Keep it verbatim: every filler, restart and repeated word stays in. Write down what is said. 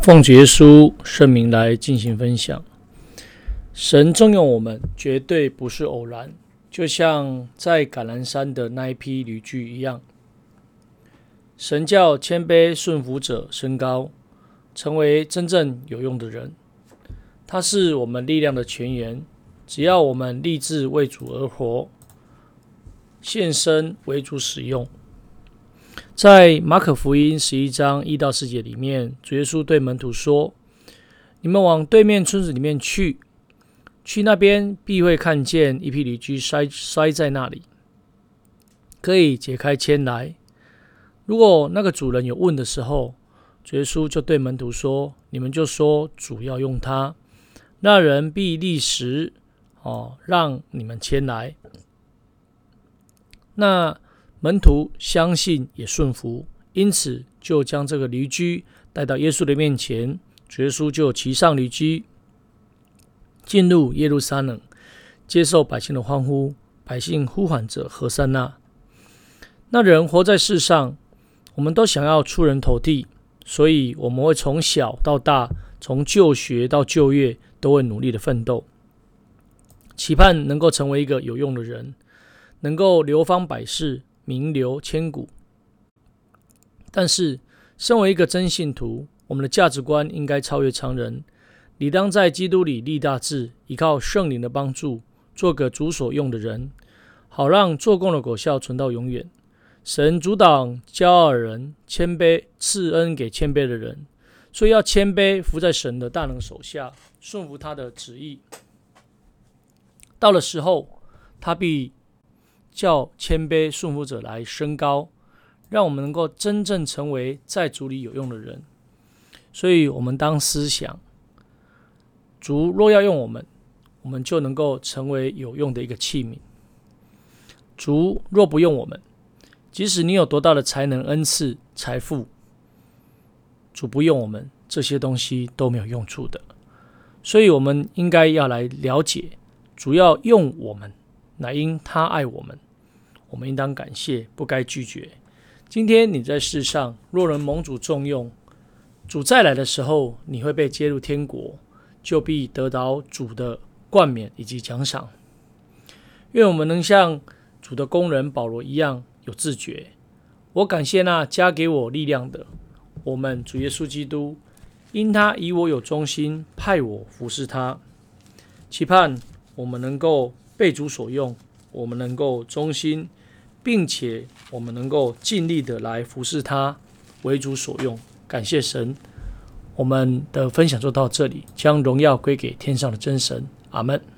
奉主耶稣圣名来进行分享。神重用我们绝对不是偶然，就像在橄榄山的那一批驴驹一样。神叫谦卑顺服者升高，成为真正有用的人。他是我们力量的泉源，只要我们立志为主而活，献身为主使用。在马可福音十一章一到四节里面，主耶稣对门徒说：你们往对面村子里面去，去那边必会看见一批驴驹摔摔在那里，可以解开牵来。如果那个主人有问的时候，主耶稣就对门徒说：你们就说主要用它，那人必立时、哦、让你们牵来。那门徒相信也顺服，因此就将这个驴驹带到耶稣的面前。主耶稣就骑上驴驹，进入耶路撒冷，接受百姓的欢呼，百姓呼喊着和散那。那人活在世上，我们都想要出人头地，所以我们会从小到大，从就学到就业，都会努力的奋斗，期盼能够成为一个有用的人，能够流芳百世，名留千古。但是身为一个真信徒，我们的价值观应该超越常人，理当在基督里立大志，依靠圣灵的帮助，做个主所用的人，好让做工的果效存到永远。神阻挡骄傲的人，谦卑赐恩给谦卑的人，所以要谦卑，服在神的大能手下，顺服他的旨意。到了时候，他必叫谦卑顺服者来升高，让我们能够真正成为在主里有用的人。所以我们当思想，主若要用我们，我们就能够成为有用的一个器皿。主若不用我们，即使你有多大的才能、恩赐、财富，主不用我们，这些东西都没有用处的。所以我们应该要来了解，主要用我们，乃因他爱我们，我们应当感谢，不该拒绝。今天你在世上，若能蒙主重用，主再来的时候，你会被接入天国，就必得到主的冠冕以及奖赏。愿我们能像主的工人保罗一样有自觉。我感谢那加给我力量的，我们主耶稣基督，因他以我有忠心，派我服侍他。期盼我们能够被主所用，我们能够忠心，并且我们能够尽力的来服侍他，为主所用。感谢神，我们的分享就到这里，将荣耀归给天上的真神。阿们。